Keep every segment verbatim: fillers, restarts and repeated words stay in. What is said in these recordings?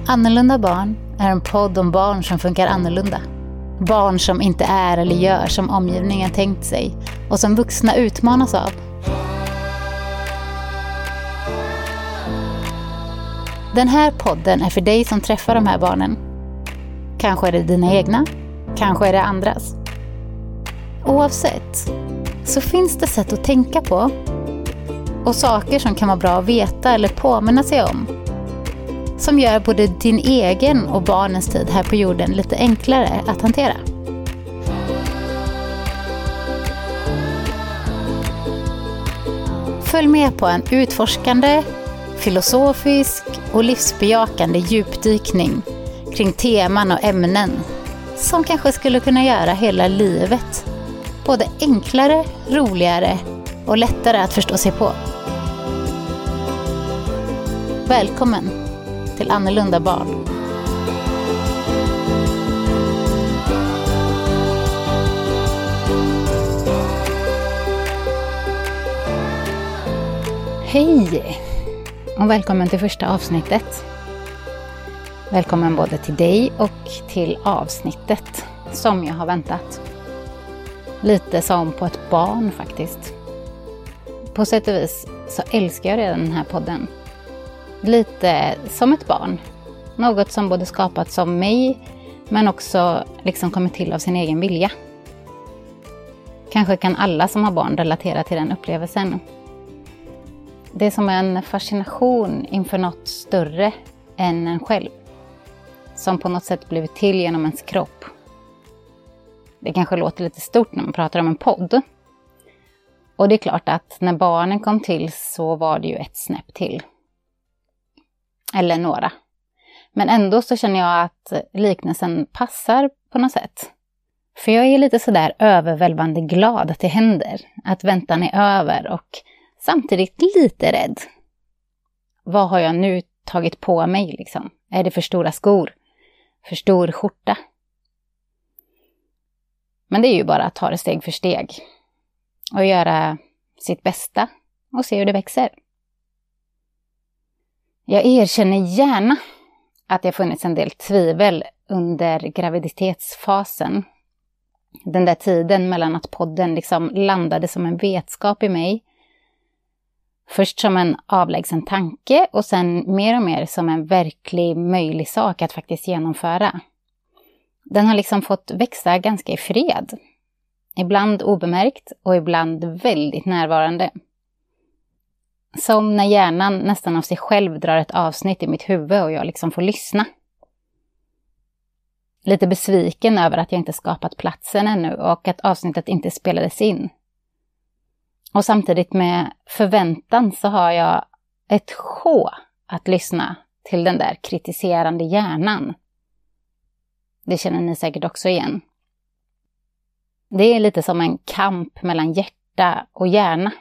Annorlunda barn är en podd om barn som funkar annorlunda. Barn som inte är eller gör som omgivningen tänkt sig och som vuxna utmanas av. Den här podden är för dig som träffar de här barnen. Kanske är det dina egna, kanske är det andras. Oavsett så finns det sätt att tänka på och saker som kan vara bra att veta eller påminna sig om, som gör både din egen och barnens tid här på jorden lite enklare att hantera. Följ med på en utforskande, filosofisk och livsbejakande djupdykning kring teman och ämnen som kanske skulle kunna göra hela livet både enklare, roligare och lättare att förstå sig på. Välkommen till Annorlunda barn. Hej och välkommen till första avsnittet. Välkommen både till dig och till avsnittet som jag har väntat. Lite som på ett barn faktiskt. På sätt och vis så älskar jag redan den här podden. Lite som ett barn. Något som både skapats av mig men också liksom kommit till av sin egen vilja. Kanske kan alla som har barn relatera till den upplevelsen. Det är som en fascination inför något större än en själv. Som på något sätt blivit till genom ens kropp. Det kanske låter lite stort när man pratar om en podd. Och det är klart att när barnen kom till så var det ju ett snäpp till. Eller några. Men ändå så känner jag att liknelsen passar på något sätt. För jag är lite sådär övervälvande glad att det händer. Att väntan är över och samtidigt lite rädd. Vad har jag nu tagit på mig liksom? Är det för stora skor? För stor skjorta? Men det är ju bara att ta det steg för steg. Och göra sitt bästa och se hur det växer. Jag erkänner gärna att det funnits en del tvivel under graviditetsfasen. Den där tiden mellan att podden liksom landade som en vetskap i mig. Först som en avlägsen tanke och sen mer och mer som en verklig möjlig sak att faktiskt genomföra. Den har liksom fått växa ganska i fred. Ibland obemärkt och ibland väldigt närvarande. Som när hjärnan nästan av sig själv drar ett avsnitt i mitt huvud och jag liksom får lyssna. Lite besviken över att jag inte skapat platsen ännu och att avsnittet inte spelades in. Och samtidigt med förväntan så har jag ett sjå att lyssna till den där kritiserande hjärnan. Det känner ni säkert också igen. Det är lite som en kamp mellan hjärta och hjärna.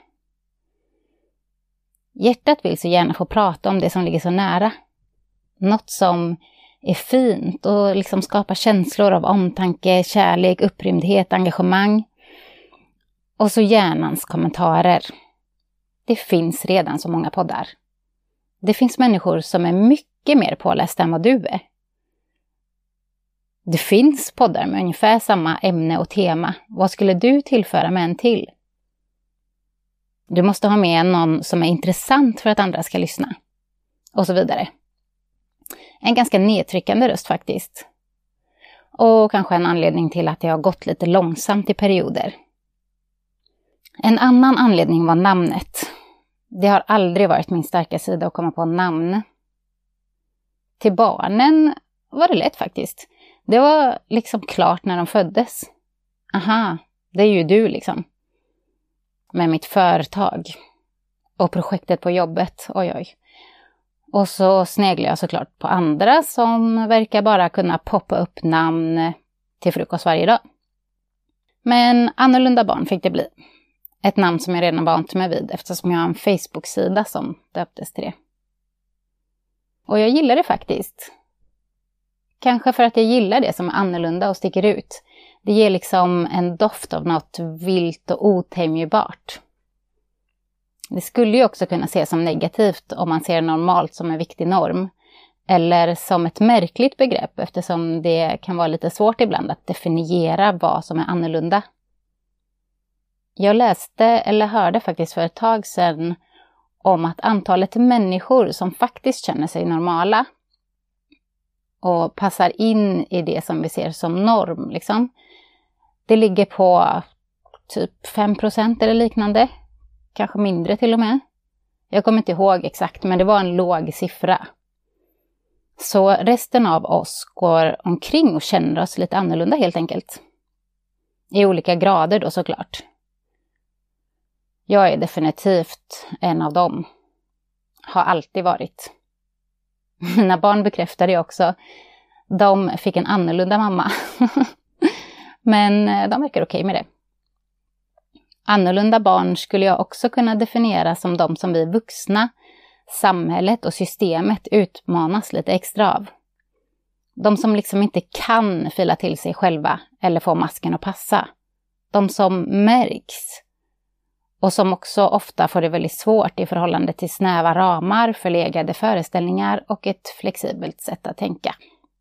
Hjärtat vill så gärna få prata om det som ligger så nära. Något som är fint och liksom skapar känslor av omtanke, kärlek, upprymdhet, engagemang. Och så hjärnans kommentarer. Det finns redan så många poddar. Det finns människor som är mycket mer pålästa än vad du är. Det finns poddar med ungefär samma ämne och tema. Vad skulle du tillföra med en till? Du måste ha med någon som är intressant för att andra ska lyssna. Och så vidare. En ganska nedtryckande röst faktiskt. Och kanske en anledning till att det har gått lite långsamt i perioder. En annan anledning var namnet. Det har aldrig varit min starka sida att komma på namn. Till barnen var det lätt faktiskt. Det var liksom klart när de föddes. Aha, det är ju du liksom. Med mitt företag. Och projektet på jobbet, oj oj. Och så sneglar jag såklart på andra som verkar bara kunna poppa upp namn till frukost varje dag. Men Annorlunda barn fick det bli. Ett namn som jag redan vant mig vid eftersom jag har en Facebook-sida som döptes till det. Och jag gillar det faktiskt. Kanske för att jag gillar det som är annorlunda och sticker ut. Det ger liksom en doft av något vilt och otämjbart. Det skulle ju också kunna ses som negativt om man ser normalt som en viktig norm. eller som ett märkligt begrepp eftersom det kan vara lite svårt ibland att definiera vad som är annorlunda. Jag läste eller hörde faktiskt för ett tag sedan om att antalet människor som faktiskt känner sig normala och passar in i det som vi ser som norm, liksom, det ligger på typ fem procent eller liknande, kanske mindre till och med. Jag kommer inte ihåg exakt, men det var en låg siffra. Så resten av oss går omkring och känner oss lite annorlunda helt enkelt. I olika grader då såklart. Jag är definitivt en av dem. Har alltid varit. Mina barn bekräftar det också. De fick en annorlunda mamma. Men de verkar okej med det. Annorlunda barn skulle jag också kunna definiera som de som vi vuxna, samhället och systemet utmanas lite extra av. De som liksom inte kan fila till sig själva eller få masken att passa. De som märks. Och som också ofta får det väldigt svårt i förhållande till snäva ramar, förlegade föreställningar och ett flexibelt sätt att tänka.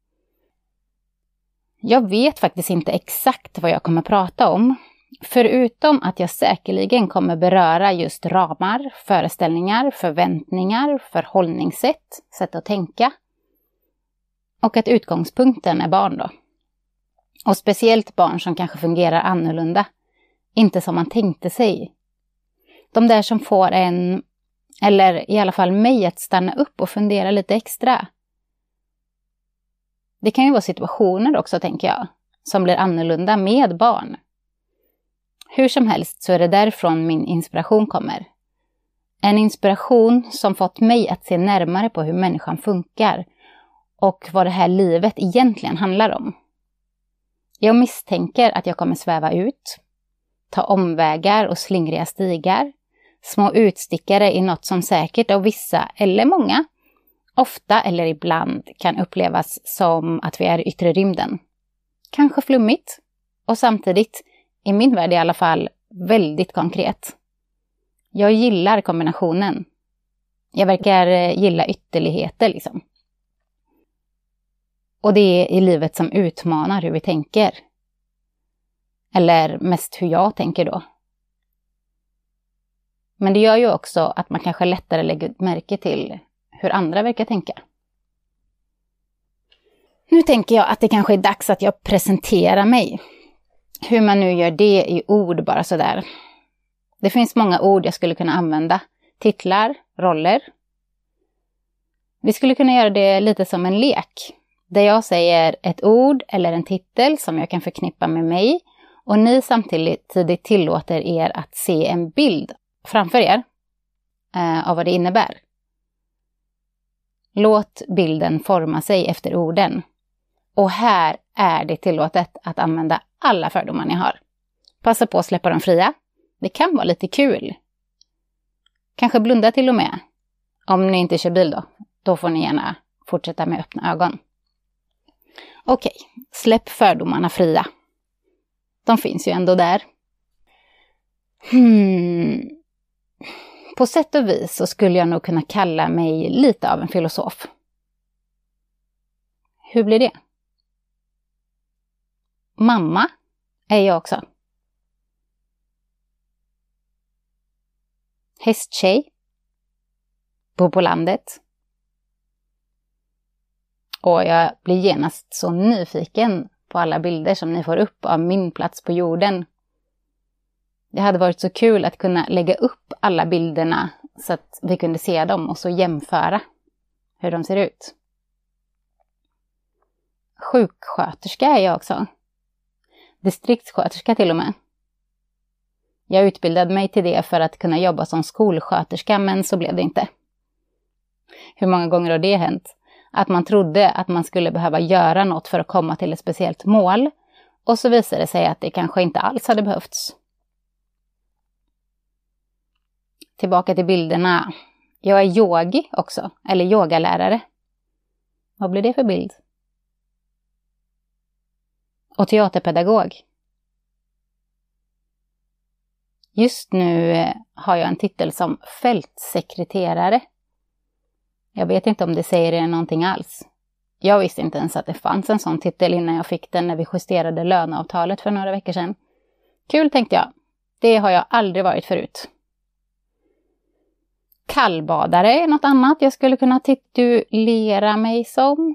Jag vet faktiskt inte exakt vad jag kommer prata om. Förutom att jag säkerligen kommer beröra just ramar, föreställningar, förväntningar, förhållningssätt, sätt att tänka. Och att utgångspunkten är barn då. Och speciellt barn som kanske fungerar annorlunda. Inte som man tänkte sig. De där som får en, eller i alla fall mig, att stanna upp och fundera lite extra. Det kan ju vara situationer också, tänker jag, som blir annorlunda med barn. Hur som helst så är det därifrån min inspiration kommer. En inspiration som fått mig att se närmare på hur människan funkar och vad det här livet egentligen handlar om. Jag misstänker att jag kommer sväva ut, ta omvägar och slingriga stigar, små utstickare i något som säkert av vissa eller många, ofta eller ibland kan upplevas som att vi är i yttre rymden. Kanske flummigt och samtidigt, i min värld i alla fall, väldigt konkret. Jag gillar kombinationen. Jag verkar gilla ytterligheter liksom. Och det är i livet som utmanar hur vi tänker. Eller mest hur jag tänker då. Men det gör ju också att man kanske lättare lägger märke till hur andra verkar tänka. Nu tänker jag att det kanske är dags att jag presenterar mig. Hur man nu gör det i ord bara sådär. Det finns många ord jag skulle kunna använda. Titlar, roller. Vi skulle kunna göra det lite som en lek. Där jag säger ett ord eller en titel som jag kan förknippa med mig. Och ni samtidigt tillåter er att se en bild framför er eh, av vad det innebär. Låt bilden forma sig efter orden. Och här är det tillåtet att använda alla fördomar ni har. Passa på att släppa dem fria. Det kan vara lite kul. Kanske blunda till och med. Om ni inte kör bil då. Då får ni gärna fortsätta med öppna ögon. Okej, släpp fördomarna fria. De finns ju ändå där. Hmm. På sätt och vis så skulle jag nog kunna kalla mig lite av en filosof. Hur blir det? Mamma är jag också. Hästtjej. Bor på landet. Och jag blir genast så nyfiken på alla bilder som ni får upp av min plats på jorden. Det hade varit så kul att kunna lägga upp alla bilderna så att vi kunde se dem och så jämföra hur de ser ut. Sjuksköterska är jag också. Distriktssköterska till och med. Jag utbildade mig till det för att kunna jobba som skolsköterska, men så blev det inte. Hur många gånger har det hänt? Att man trodde att man skulle behöva göra något för att komma till ett speciellt mål. Och så visade det sig att det kanske inte alls hade behövts. Tillbaka till bilderna. Jag är yogi också, eller yogalärare. Vad blir det för bild? Och teaterpedagog. Just nu har jag en titel som fältsekreterare. Jag vet inte om det säger er någonting alls. Jag visste inte ens att det fanns en sån titel innan jag fick den när vi justerade löneavtalet för några veckor sedan. Kul, tänkte jag. Det har jag aldrig varit förut. Kallbadare är något annat jag skulle kunna titulera mig som.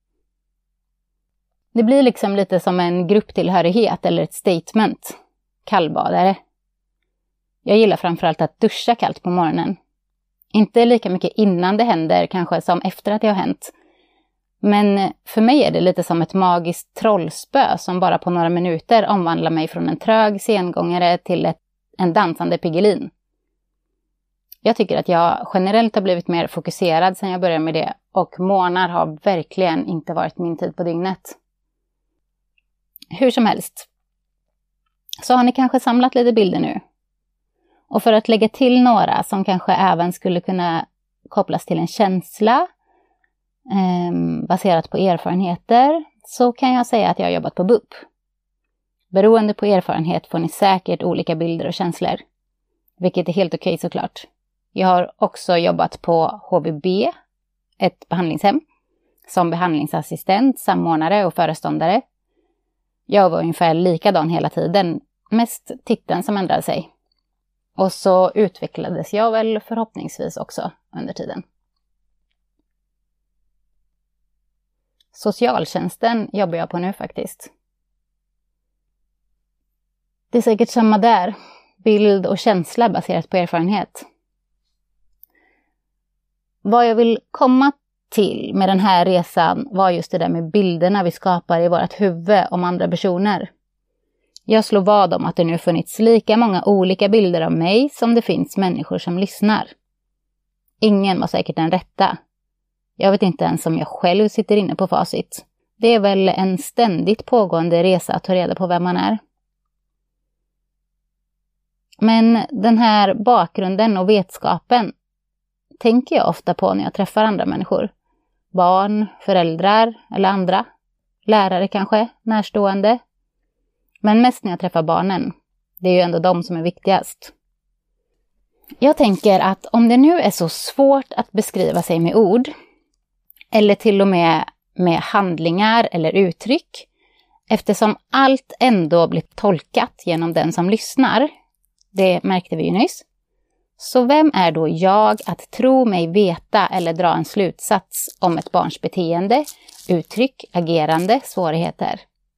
Det blir liksom lite som en grupptillhörighet eller ett statement. Kallbadare. Jag gillar framförallt att duscha kallt på morgonen. Inte lika mycket innan det händer kanske som efter att det har hänt. Men för mig är det lite som ett magiskt trollspö som bara på några minuter omvandlar mig från en trög sengångare till ett, en dansande Piggelin. Jag tycker att jag generellt har blivit mer fokuserad sedan jag började med det, och morgnar har verkligen inte varit min tid på dygnet. Hur som helst, så har ni kanske samlat lite bilder nu. Och för att lägga till några som kanske även skulle kunna kopplas till en känsla eh, baserat på erfarenheter, så kan jag säga att jag har jobbat på B U P. Beroende på erfarenhet får ni säkert olika bilder och känslor, vilket är helt okej såklart. Jag har också jobbat på H V B, ett behandlingshem, som behandlingsassistent, samordnare och föreståndare. Jag var ungefär likadan hela tiden, mest titeln som ändrade sig. Och så utvecklades jag väl förhoppningsvis också under tiden. Socialtjänsten jobbar jag på nu faktiskt. Det är säkert samma där, bild och känsla baserat på erfarenhet. Vad jag vill komma till med den här resan var just det där med bilderna vi skapar i vårt huvud om andra personer. Jag slår vad om att det nu funnits lika många olika bilder av mig som det finns människor som lyssnar. Ingen var säkert den rätta. Jag vet inte ens om jag själv sitter inne på facit. Det är väl en ständigt pågående resa att ta reda på vem man är. Men den här bakgrunden och vetskapen tänker jag ofta på när jag träffar andra människor. Barn, föräldrar eller andra. Lärare kanske, närstående. Men mest när jag träffar barnen. Det är ju ändå de som är viktigast. Jag tänker att om det nu är så svårt att beskriva sig med ord, eller till och med med handlingar eller uttryck, eftersom allt ändå blir tolkat genom den som lyssnar, det märkte vi ju nyss, så vem är då jag att tro mig veta eller dra en slutsats om ett barns beteende, uttryck, agerande, svårigheter?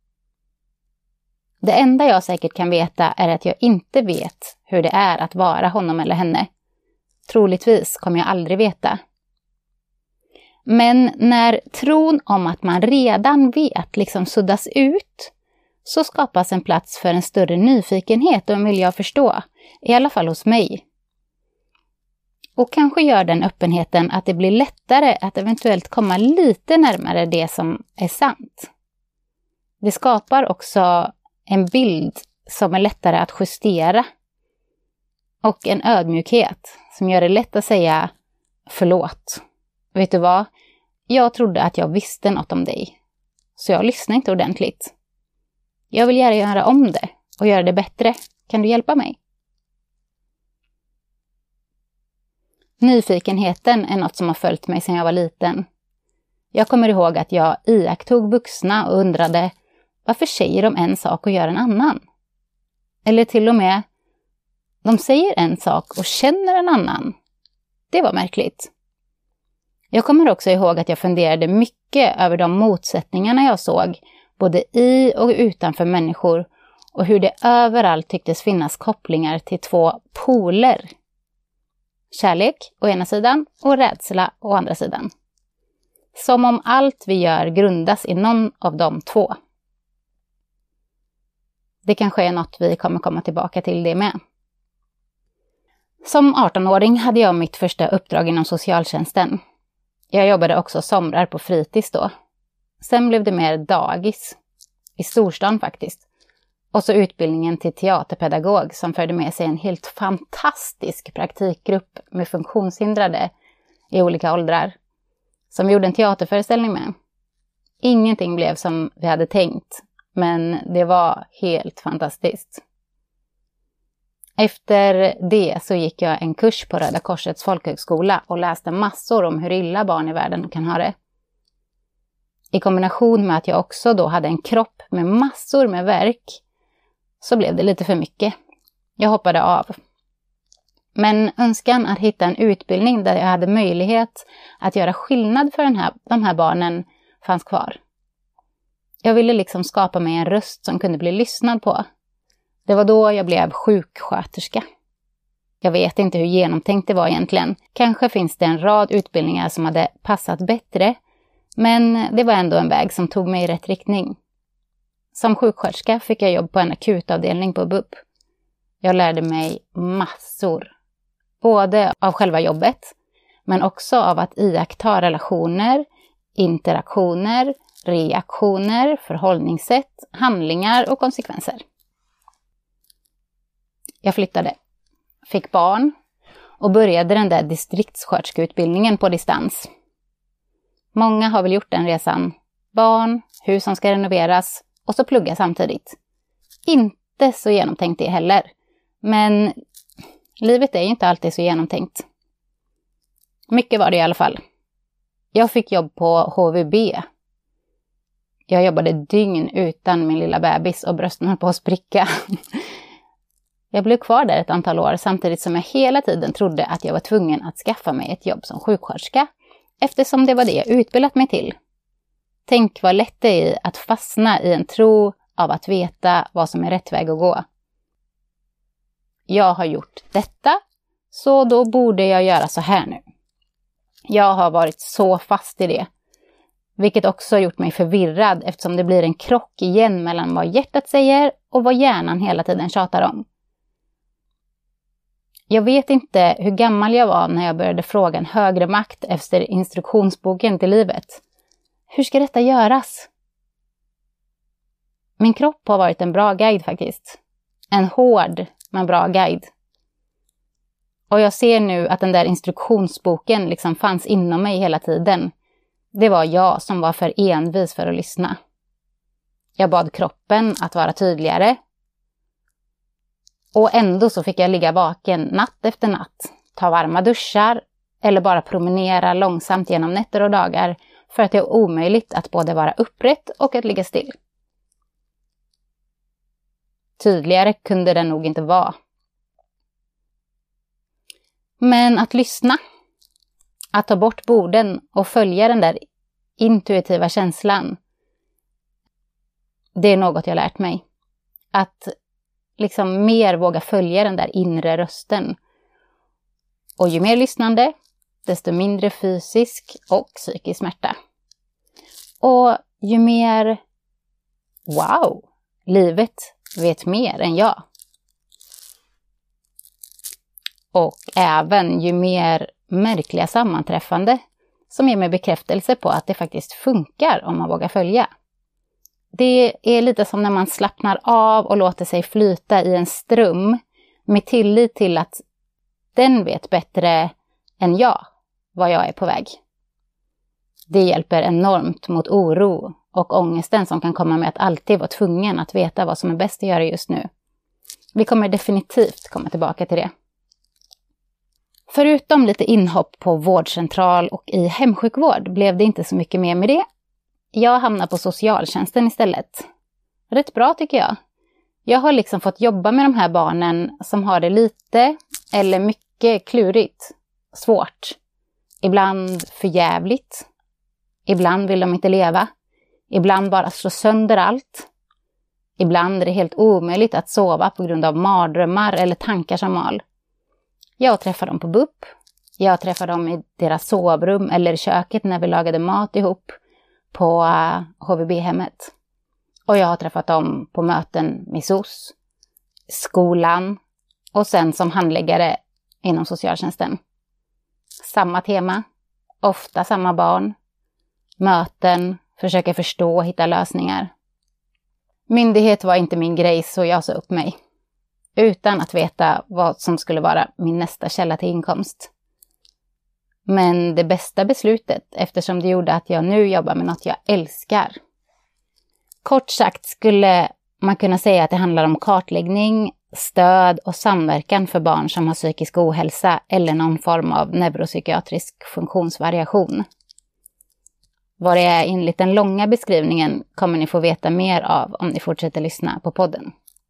Det enda jag säkert kan veta är att jag inte vet hur det är att vara honom eller henne. Troligtvis kommer jag aldrig veta. Men när tron om att man redan vet liksom suddas ut, så skapas en plats för en större nyfikenhet och en vilja att förstå, i alla fall hos mig. Och kanske gör den öppenheten att det blir lättare att eventuellt komma lite närmare det som är sant. Det skapar också en bild som är lättare att justera. Och en ödmjukhet som gör det lätt att säga förlåt. Vet du vad? Jag trodde att jag visste något om dig. Så jag lyssnade inte ordentligt. Jag vill gärna göra om det och göra det bättre. Kan du hjälpa mig? Nyfikenheten är något som har följt mig sedan jag var liten. Jag kommer ihåg att jag iakttog vuxna och undrade, varför säger de en sak och gör en annan? Eller till och med, de säger en sak och känner en annan. Det var märkligt. Jag kommer också ihåg att jag funderade mycket över de motsättningarna jag såg, både i och utanför människor, och hur det överallt tycktes finnas kopplingar till två poler. Kärlek å ena sidan och rädsla å andra sidan. Som om allt vi gör grundas i någon av de två. Det kanske är något vi kommer komma tillbaka till det med. Som artonåring hade jag mitt första uppdrag inom socialtjänsten. Jag jobbade också somrar på fritids då. Sen blev det mer dagis. I storstan faktiskt. Och så utbildningen till teaterpedagog som förde med sig en helt fantastisk praktikgrupp med funktionshindrade i olika åldrar. Som vi gjorde en teaterföreställning med. Ingenting blev som vi hade tänkt. Men det var helt fantastiskt. Efter det så gick jag en kurs på Röda Korsets folkhögskola och läste massor om hur illa barn i världen kan ha det. I kombination med att jag också då hade en kropp med massor med värk så blev det lite för mycket. Jag hoppade av. Men önskan att hitta en utbildning där jag hade möjlighet att göra skillnad för den här, de här barnen fanns kvar. Jag ville liksom skapa mig en röst som kunde bli lyssnad på. Det var då jag blev sjuksköterska. Jag vet inte hur genomtänkt det var egentligen. Kanske finns det en rad utbildningar som hade passat bättre. Men det var ändå en väg som tog mig i rätt riktning. Som sjuksköterska fick jag jobb på en akutavdelning på B U P. Jag lärde mig massor. Både av själva jobbet, men också av att iaktta relationer, interaktioner, reaktioner, förhållningssätt, handlingar och konsekvenser. Jag flyttade, fick barn och började den där distriktssköterskeutbildningen på distans. Många har väl gjort den resan. Barn, hus som ska renoveras och så plugga samtidigt. Inte så genomtänkt det heller. Men livet är ju inte alltid så genomtänkt. Mycket var det i alla fall. Jag fick jobb på H V B. Jag jobbade dygn utan min lilla bebis och brösten höll på att spricka. Jag blev kvar där ett antal år samtidigt som jag hela tiden trodde att jag var tvungen att skaffa mig ett jobb som sjuksköterska. Eftersom det var det jag utbildat mig till. Tänk vad lätt det är att fastna i en tro av att veta vad som är rätt väg att gå. Jag har gjort detta, så då borde jag göra så här nu. Jag har varit så fast i det. Vilket också har gjort mig förvirrad eftersom det blir en krock igen mellan vad hjärtat säger och vad hjärnan hela tiden tjatar om. Jag vet inte hur gammal jag var när jag började fråga en högre makt efter instruktionsboken till livet. Hur ska detta göras? Min kropp har varit en bra guide faktiskt. En hård men bra guide. Och jag ser nu att den där instruktionsboken liksom fanns inom mig hela tiden. Det var jag som var för envis för att lyssna. Jag bad kroppen att vara tydligare. Och ändå så fick jag ligga vaken natt efter natt, ta varma duschar eller bara promenera långsamt genom nätter och dagar för att det är omöjligt att både vara upprätt och att ligga still. Tydligare kunde det nog inte vara. Men att lyssna, att ta bort borden och följa den där intuitiva känslan, det är något jag lärt mig. Att liksom mer våga följa den där inre rösten. Och ju mer lyssnande, desto mindre fysisk och psykisk smärta. Och ju mer, wow, livet vet mer än jag. Och även ju mer märkliga sammanträffande som ger mig bekräftelse på att det faktiskt funkar om man vågar följa. Det är lite som när man slappnar av och låter sig flyta i en ström med tillit till att den vet bättre än jag var jag är på väg. Det hjälper enormt mot oro och ångesten som kan komma med att alltid vara tvungen att veta vad som är bäst att göra just nu. Vi kommer definitivt komma tillbaka till det. Förutom lite inhopp på vårdcentral och i hemsjukvård blev det inte så mycket mer med det. Jag hamnar på socialtjänsten istället. Rätt bra tycker jag. Jag har liksom fått jobba med de här barnen som har det lite eller mycket klurigt, svårt. Ibland förjävligt. Ibland vill de inte leva. Ibland bara slå sönder allt. Ibland är det helt omöjligt att sova på grund av mardrömmar eller tankar som mal. Jag träffar dem på B U P. Jag träffar dem i deras sovrum eller i köket när vi lagade mat ihop på H V B-hemmet. Och jag har träffat dem på möten med S O S, skolan och sen som handläggare inom socialtjänsten. Samma tema, ofta samma barn, möten, försöka förstå och hitta lösningar. Myndighet var inte min grej så jag sa upp mig. Utan att veta vad som skulle vara min nästa källa till inkomst. Men det bästa beslutet eftersom det gjorde att jag nu jobbar med något jag älskar. Kort sagt skulle man kunna säga att det handlar om kartläggning, stöd och samverkan för barn som har psykisk ohälsa eller någon form av neuropsykiatrisk funktionsvariation. Vad det är enligt den långa beskrivningen kommer ni få veta mer av om ni fortsätter lyssna på podden.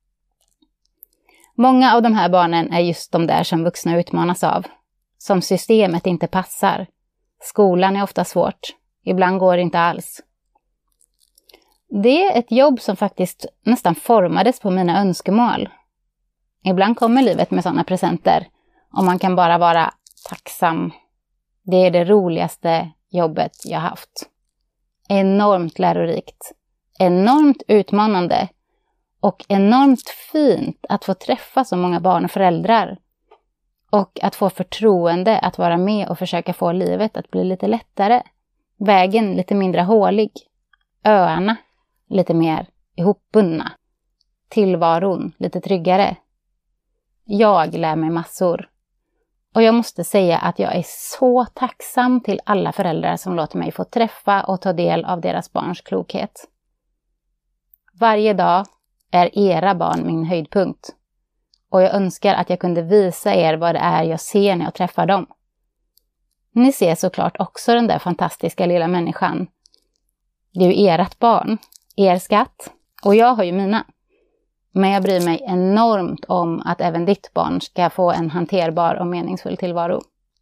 Många av de här barnen är just de där som vuxna utmanas av, som systemet inte passar. Skolan är ofta svårt, ibland går det inte alls. Det är ett jobb som faktiskt nästan formades på mina önskemål. Ibland kommer livet med sådana presenter och man kan bara vara tacksam. Det är det roligaste jobbet jag haft. Enormt lärorikt, enormt utmanande och enormt fint att få träffa så många barn och föräldrar. Och att få förtroende att vara med och försöka få livet att bli lite lättare. Vägen lite mindre hålig. Öarna lite mer ihopbundna. Tillvaron lite tryggare. Jag lär mig massor. Och jag måste säga att jag är så tacksam till alla föräldrar som låter mig få träffa och ta del av deras barns klokhet. Varje dag är era barn min höjdpunkt. Och jag önskar att jag kunde visa er vad det är jag ser när jag träffar dem. Ni ser såklart också den där fantastiska lilla människan. Det är ju ert barn, er skatt. Och jag har ju mina. Men jag bryr mig enormt om att även ditt barn ska få en hanterbar och meningsfull tillvaro.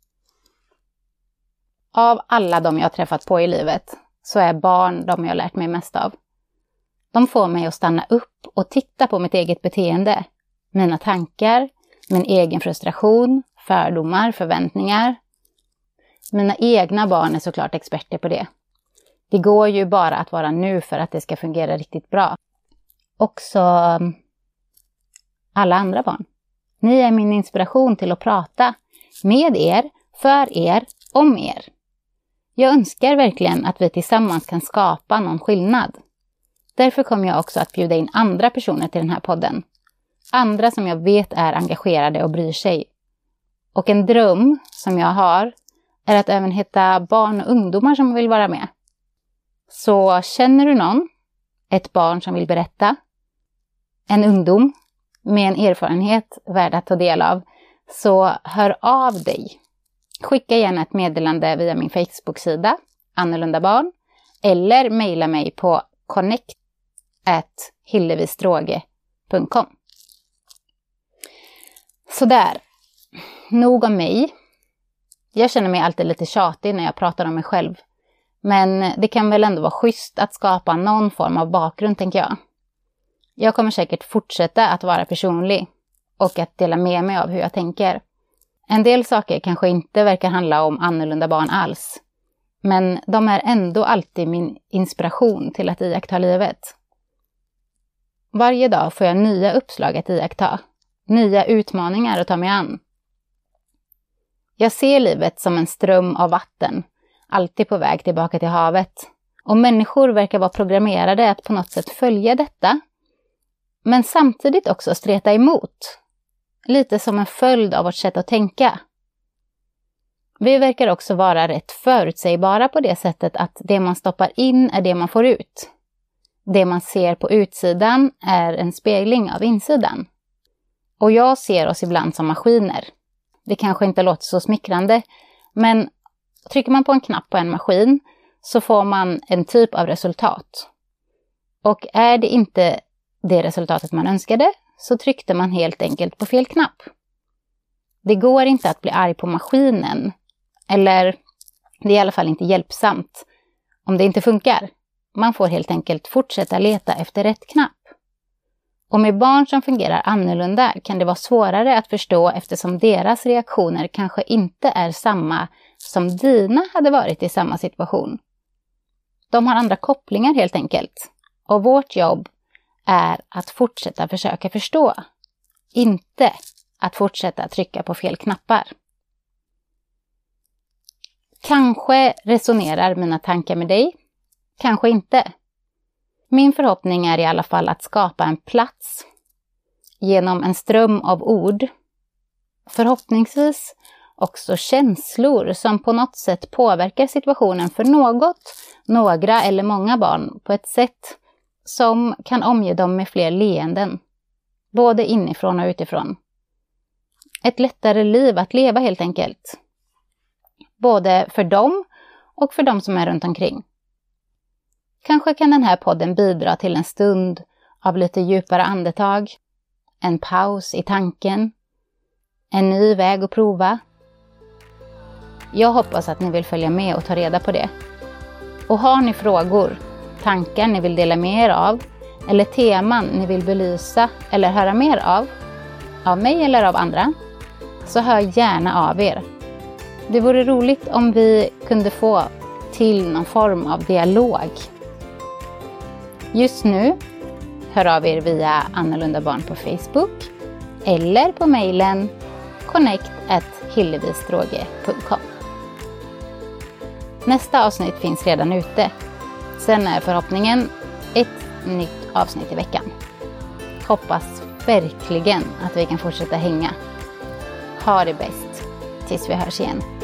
Av alla de jag träffat på i livet så är barn de jag lärt mig mest av. De får mig att stanna upp och titta på mitt eget beteende. Mina tankar, min egen frustration, fördomar, förväntningar. Mina egna barn är såklart experter på det. Det går ju bara att vara nu för att det ska fungera riktigt bra. Också alla andra barn. Ni är min inspiration till att prata med er, för er, om er. Jag önskar verkligen att vi tillsammans kan skapa någon skillnad. Därför kommer jag också att bjuda in andra personer till den här podden. Andra som jag vet är engagerade och bryr sig. Och en dröm som jag har är att även hitta barn och ungdomar som vill vara med. Så känner du någon, ett barn som vill berätta, en ungdom med en erfarenhet värd att ta del av, så hör av dig. Skicka gärna ett meddelande via min Facebook-sida, Annorlunda barn, eller mejla mig på connect at hillevisdroge punkt com. Sådär, nog om mig. Jag känner mig alltid lite tjatig när jag pratar om mig själv. Men det kan väl ändå vara schysst att skapa någon form av bakgrund, tänker jag. Jag kommer säkert fortsätta att vara personlig och att dela med mig av hur jag tänker. En del saker kanske inte verkar handla om annorlunda barn alls. Men de är ändå alltid min inspiration till att iaktta livet. Varje dag får jag nya uppslag att iaktta. Nya utmaningar att ta mig an. Jag ser livet som en ström av vatten. Alltid på väg tillbaka till havet. Och människor verkar vara programmerade att på något sätt följa detta. Men samtidigt också streta emot. Lite som en följd av vårt sätt att tänka. Vi verkar också vara rätt förutsägbara på det sättet att det man stoppar in är det man får ut. Det man ser på utsidan är en spegling av insidan. Och jag ser oss ibland som maskiner. Det kanske inte låter så smickrande, men trycker man på en knapp på en maskin så får man en typ av resultat. Och är det inte det resultatet man önskade så tryckte man helt enkelt på fel knapp. Det går inte att bli arg på maskinen, eller det är i alla fall inte hjälpsamt om det inte funkar. Man får helt enkelt fortsätta leta efter rätt knapp. Och med barn som fungerar annorlunda kan det vara svårare att förstå eftersom deras reaktioner kanske inte är samma som dina hade varit i samma situation. De har andra kopplingar helt enkelt. Och vårt jobb är att fortsätta försöka förstå. Inte att fortsätta trycka på fel knappar. Kanske resonerar mina tankar med dig. Kanske inte. Min förhoppning är i alla fall att skapa en plats genom en ström av ord. Förhoppningsvis också känslor som på något sätt påverkar situationen för något, några eller många barn på ett sätt som kan omge dem med fler leenden. både inifrån och utifrån. Ett lättare liv att leva helt enkelt. Både för dem och för dem som är runt omkring. Kanske kan den här podden bidra till en stund av lite djupare andetag, en paus i tanken, en ny väg att prova. Jag hoppas att ni vill följa med och ta reda på det. Och har ni frågor, tankar ni vill dela med er av, eller teman ni vill belysa eller höra mer av, av mig eller av andra, så hör gärna av er. Det vore roligt om vi kunde få till någon form av dialog. Just nu, hör av er via Annorlunda barn på Facebook eller på mejlen connect at hillevisdroge punkt com. Nästa avsnitt finns redan ute. Sen är förhoppningen ett nytt avsnitt i veckan. Hoppas verkligen att vi kan fortsätta hänga. Ha det bäst tills vi hörs igen.